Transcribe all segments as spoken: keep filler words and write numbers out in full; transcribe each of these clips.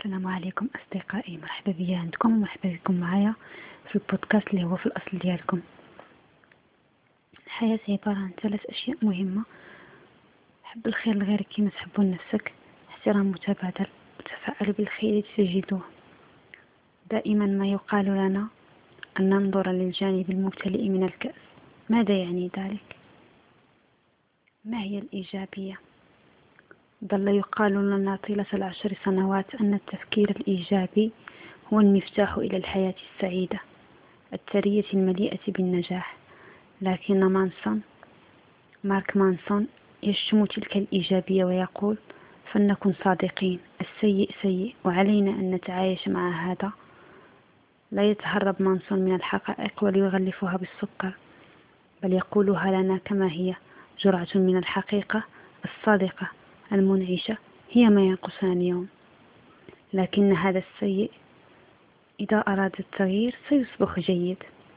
السلام عليكم أصدقائي، مرحبا بيا عندكم ومرحبا بكم معايا في البودكاست اللي هو في الأصل ديالكم. الحياة عبارة عن ثلاث أشياء مهمة: حب الخير لغيرك كما تحب لنفسك، احترام متبادل، وتفاءل بالخير تجدوه. دائما ما يقال لنا أن ننظر للجانب الممتلئ من الكأس. ماذا يعني ذلك؟ ما هي الإيجابية؟ ظل يقال لنا طيلة العشر سنوات أن التفكير الإيجابي هو المفتاح إلى الحياة السعيدة الثرية المليئة بالنجاح، لكن مانسون مارك مانسون يشتم تلك الإيجابية ويقول: فلنكن صادقين، السيء سيء وعلينا أن نتعايش مع هذا. لا يتهرب مانسون من الحقائق وليغلفها بالسكر، بل يقولها لنا كما هي: جرعة من الحقيقة الصادقة المنعشة هي ما ينقصنا اليوم. لكن هذا السيء إذا أراد التغيير سيصبح جيد،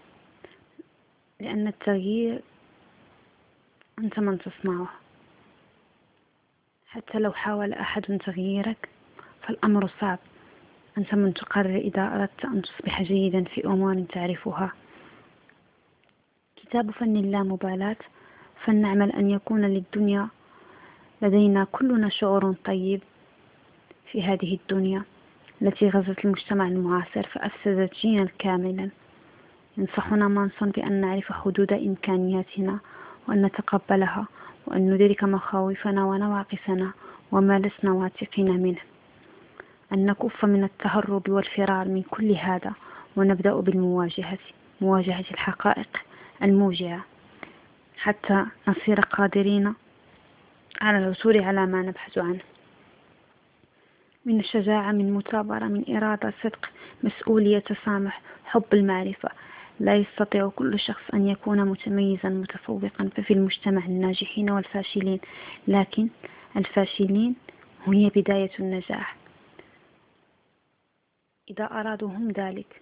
لأن التغيير أنت من تصنعه. حتى لو حاول أحد تغييرك فالأمر صعب، أنت من تقرر إذا أردت أن تصبح جيدا في أمور تعرفها. كتاب فن اللامبالاة: فلنعمل أن يكون للدنيا لدينا كلنا شعور طيب في هذه الدنيا التي غزت المجتمع المعاصر فأفسدت جيلا كاملا. ينصحنا مانسون بأن نعرف حدود إمكانياتنا وأن نتقبلها، وأن ندرك مخاوفنا ونواقصنا وما لسنا واثقين منه، أن نكف من التهرب والفرار من كل هذا ونبدأ بالمواجهة مواجهة الحقائق الموجعة حتى نصير قادرين على العثور على ما نبحث عنه. من الشجاعة، من مثابرة، من إرادة، صدق، مسؤولية، تسامح، حب المعرفة. لا يستطيع كل شخص أن يكون متميزا متفوقا، ففي المجتمع الناجحين والفاشلين، لكن الفاشلين هي بداية النجاح إذا أرادوا هم ذلك.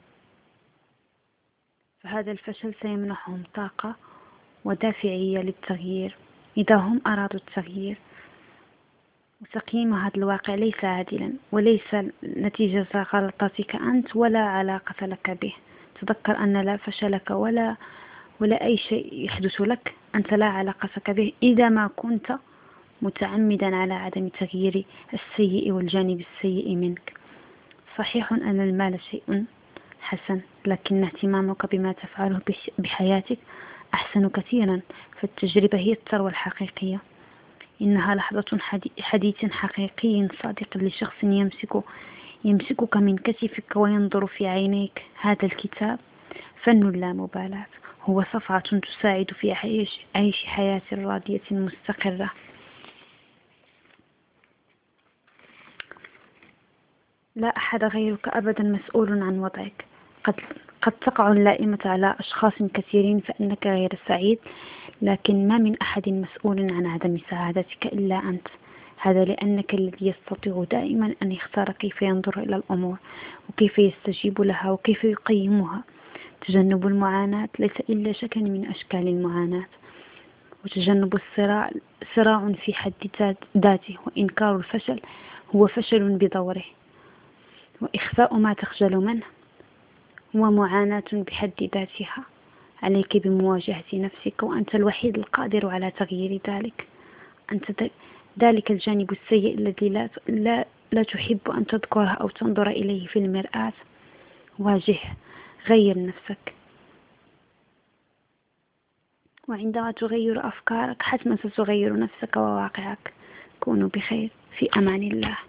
فهذا الفشل سيمنحهم طاقة ودافعية للتغيير إذا هم أرادوا التغيير. وتقييم هذا الواقع ليس عادلا وليس نتيجة غلطاتك أنت ولا علاقة لك به. تذكر أن لا فشلك ولا ولا أي شيء يحدث لك أنت لا علاقة به إذا ما كنت متعمدا على عدم تغيير السيء والجانب السيء منك. صحيح أن المال شيء حسن، لكن اهتمامك بما تفعله بحياتك أحسن كثيرا، فالتجربة هي الثروة الحقيقية. إنها لحظة حديث حقيقي صادق لشخص يمسك يمسكك من كتفك وينظر في عينيك. هذا الكتاب فن اللامبالاة هو صفعة تساعد في عيش, عيش حياة راضية مستقرة. لا أحد غيرك أبدا مسؤول عن وضعك. قد, قد تقع اللائمة على أشخاص كثيرين فإنك غير سعيد، لكن ما من أحد مسؤول عن عدم سعادتك إلا أنت. هذا لأنك الذي يستطيع دائما أن يختار كيف ينظر إلى الأمور وكيف يستجيب لها وكيف يقيمها. تجنب المعاناة ليس إلا شكل من أشكال المعاناة، وتجنب الصراع صراع في حد ذاته، وإنكار الفشل هو فشل بدوره، وإخفاء ما تخجل منه هو معاناة بحد ذاتها. عليك بمواجهة نفسك، وأنت الوحيد القادر على تغيير ذلك. أنت ذلك الجانب السيء الذي لا, لا, لا تحب أن تذكره أو تنظر إليه في المرآة. واجه، غير نفسك، وعندما تغير أفكارك حتما ستغير نفسك وواقعك. كونوا بخير، في أمان الله.